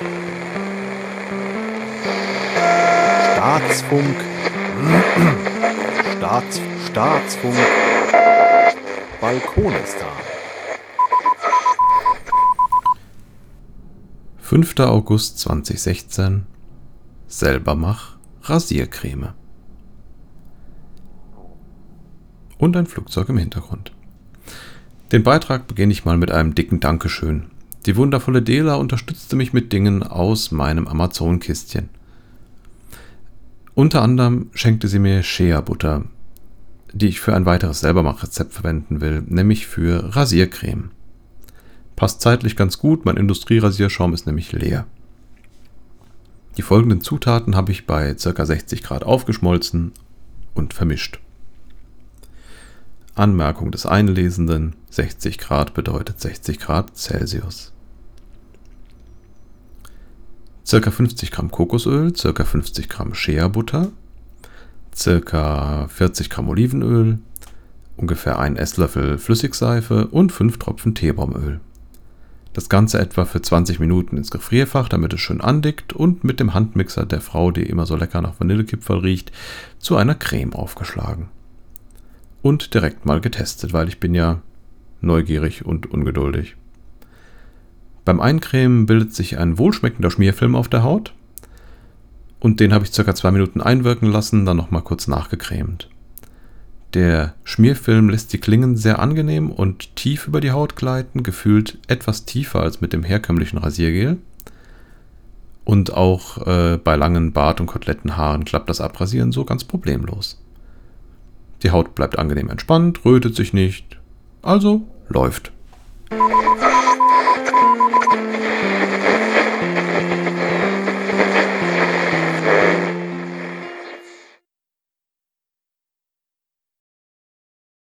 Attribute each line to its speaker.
Speaker 1: Staatsfunk. Staatsfunk. Balkonistan.
Speaker 2: 5. August 2016. Selbermach Rasiercreme. Und ein Flugzeug im Hintergrund. Den Beitrag beginne ich mal mit einem dicken Dankeschön. Die wundervolle Dela unterstützte mich mit Dingen aus meinem Amazon-Kistchen. Unter anderem schenkte sie mir Shea-Butter, die ich für ein weiteres Selbermach-Rezept verwenden will, nämlich für Rasiercreme. Passt zeitlich ganz gut, mein Industrierasierschaum ist nämlich leer. Die folgenden Zutaten habe ich bei ca. 60 Grad aufgeschmolzen und vermischt. Anmerkung des Einlesenden: 60 Grad bedeutet 60 Grad Celsius. Ca. 50 Gramm Kokosöl, ca. 50 Gramm Shea-Butter, ca. 40 Gramm Olivenöl, ungefähr 1 Esslöffel Flüssigseife und 5 Tropfen Teebaumöl. Das Ganze etwa für 20 Minuten ins Gefrierfach, damit es schön andickt und mit dem Handmixer der Frau, die immer so lecker nach Vanillekipferl riecht, zu einer Creme aufgeschlagen. Und direkt mal getestet, weil ich bin ja neugierig und ungeduldig. Beim Eincremen bildet sich ein wohlschmeckender Schmierfilm auf der Haut und den habe ich ca. 2 Minuten einwirken lassen, dann nochmal kurz nachgecremt. Der Schmierfilm lässt die Klingen sehr angenehm und tief über die Haut gleiten, gefühlt etwas tiefer als mit dem herkömmlichen Rasiergel. Und auch bei langen Bart- und Kotelettenhaaren klappt das Abrasieren so ganz problemlos. Die Haut bleibt angenehm entspannt, rötet sich nicht, also läuft.